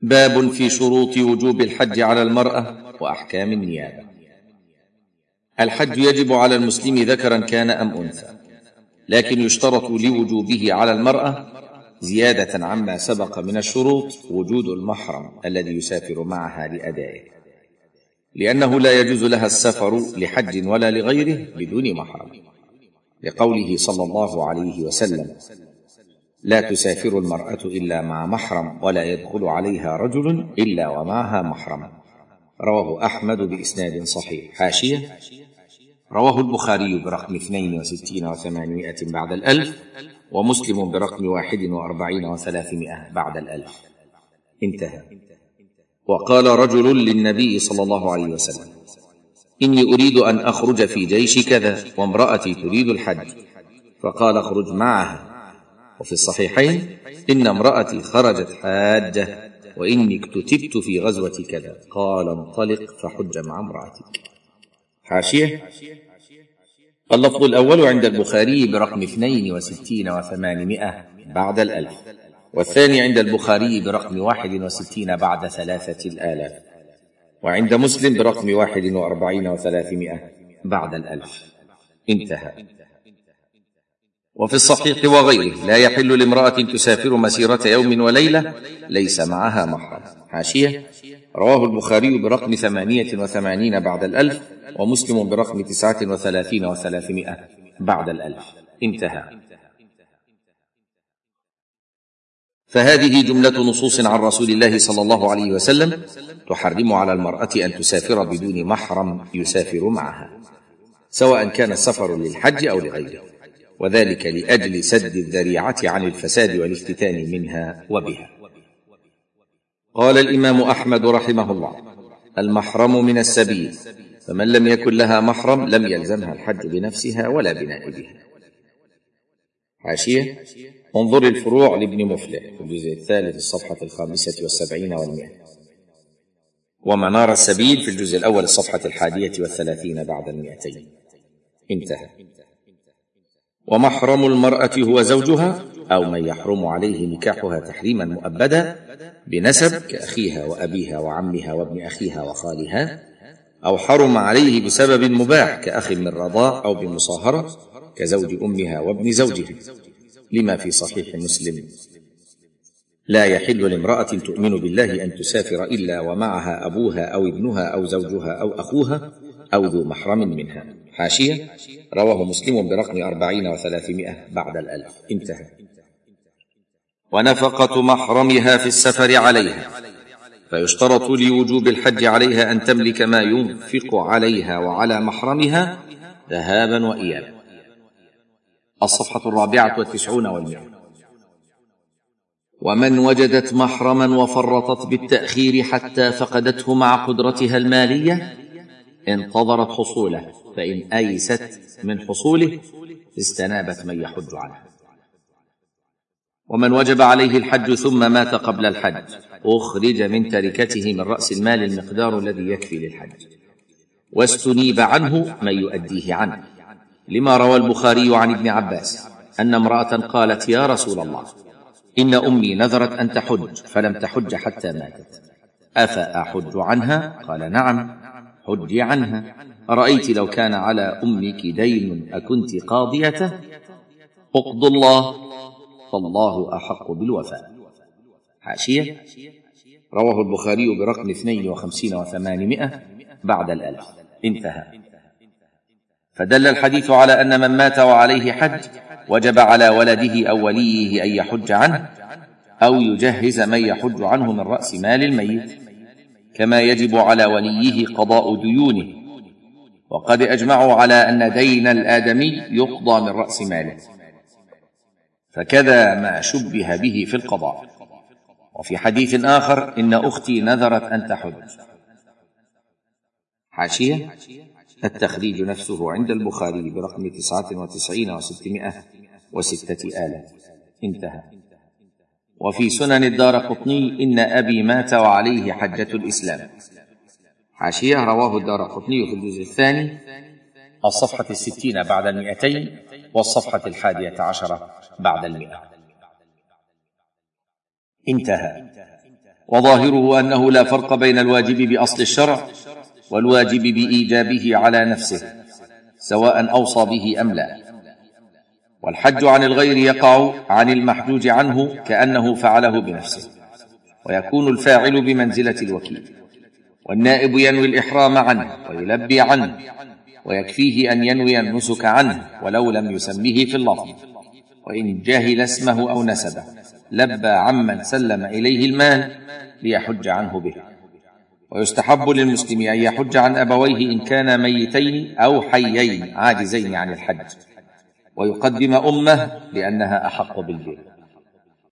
باب في شروط وجوب الحج على المرأة وأحكام النيابة. الحج يجب على المسلم ذكرا كان أم أنثى، لكن يشترط لوجوبه على المرأة زيادة عما سبق من الشروط وجود المحرم الذي يسافر معها لأدائه، لأنه لا يجوز لها السفر لحج ولا لغيره بدون محرم، لقوله صلى الله عليه وسلم: لا تسافر المرأة إلا مع محرم ولا يدخل عليها رجل إلا ومعها محرم. رواه أحمد بإسناد صحيح. حاشية: رواه البخاري برقم 62 و800 بعد الألف، ومسلم برقم 41 و300 بعد الألف. انتهى. وقال رجل للنبي صلى الله عليه وسلم: إني أريد أن أخرج في جيش كذا وامرأتي تريد الحج، فقال: اخرج معها. وفي الصحيحين: إن امرأتي خرجت حاجة وإني اكتتبت في غزوة كذا، قال: انطلق فحج مع امرأتك. حاشية: اللفظ الأول عند البخاري برقم 62 و800 بعد الألف، والثاني عند البخاري برقم 61 بعد 3000، وعند مسلم برقم 41 و300 بعد الألف. انتهى. وفي الصحيح وغيره: لا يحل لامرأة تسافر مسيرة يوم وليلة ليس معها محرم. حاشية: رواه البخاري برقم 88 بعد الألف، ومسلم برقم 39 و300 بعد الألف. انتهى. فهذه جملة نصوص عن رسول الله صلى الله عليه وسلم تحرم على المرأة أن تسافر بدون محرم يسافر معها، سواء كان السفر للحج أو لغيره، وذلك لأجل سد الذريعة عن الفساد والافتتان منها وبها. قال الإمام أحمد رحمه الله: المحرم من السبيل، فمن لم يكن لها محرم لم يلزمها الحج بنفسها ولا بنائبها. حاشية: انظر الفروع لابن مفلح في الجزء الثالث الصفحة 75 و100، ومنار السبيل في الجزء الأول الصفحة 31 بعد 200. انتهى. ومحرم المرأة هو زوجها أو من يحرم عليه نكاحها تحريما مؤبدا بنسب كأخيها وأبيها وعمها وابن أخيها وخالها، أو حرم عليه بسبب مباح كأخ من رضاء أو بمصاهرة كزوج أمها وابن زوجها، لما في صحيح مسلم: لا يحل لامرأة تؤمن بالله أن تسافر إلا ومعها أبوها أو ابنها أو زوجها أو أخوها أو ذو محرم منها. حاشية: رواه مسلم برقم 40 و300 بعد الألف. انتهى. ونفقة محرمها في السفر عليها، فيشترط لوجوب الحج عليها أن تملك ما ينفق عليها وعلى محرمها ذهابا وإيابا. الصفحة 94 و100. ومن وجدت محرما وفرطت بالتأخير حتى فقدته مع قدرتها المالية انتظرت حصوله، فإن أيست من حصوله استنابت من يحج عنها. ومن وجب عليه الحج ثم مات قبل الحج أخرج من تركته من رأس المال المقدار الذي يكفي للحج، واستنيب عنه من يؤديه عنه، لما روى البخاري عن ابن عباس أن امرأة قالت: يا رسول الله، إن أمي نذرت أن تحج فلم تحج حتى ماتت، أفأحج عنها؟ قال: نعم، حجي عنها. أرأيت لو كان على أمك دين أكنت قاضيته؟ اقضوا الله، فالله أحق بالوفاء. حاشية: رواه البخاري برقم 52 و800 بعد الألف. انتهى. فدل الحديث على أن من مات وعليه حج وجب على ولده أو وليه أن يحج عنه أو يجهز من يحج عنه من رأس مال الميت، كما يجب على وليه قضاء ديونه. وقد أجمعوا على أن دين الآدمي يقضى من رأس ماله، فكذا ما شبه به في القضاء. وفي حديث آخر: إن أختي نذرت أن تحج. حاشية: التخريج نفسه عند البخاري برقم 99 و606. انتهى. وفي سنن الدارقطني: إن أبي مات وعليه حجة الإسلام. حاشية: رواه الدارقطني في الجزء الثاني الصفحة 60 بعد 200 والصفحة 11 بعد 100. انتهى. وظاهره أنه لا فرق بين الواجب بأصل الشرع والواجب بإيجابه على نفسه، سواء أوصى به أم لا. والحج عن الغير يقع عن المحجوج عنه كأنه فعله بنفسه، ويكون الفاعل بمنزلة الوكيل، والنائب ينوي الإحرام عنه ويلبي عنه، ويكفيه أن ينوي النسك عنه ولو لم يسميه في اللفظ، وإن جهل اسمه أو نسبه لبى عمن سلم إليه المال ليحج عنه به. ويستحب للمسلم أن يحج عن أبويه إن كانا ميتين أو حيين عاجزين عن الحج، ويقدم أمه لأنها أحق بالبر.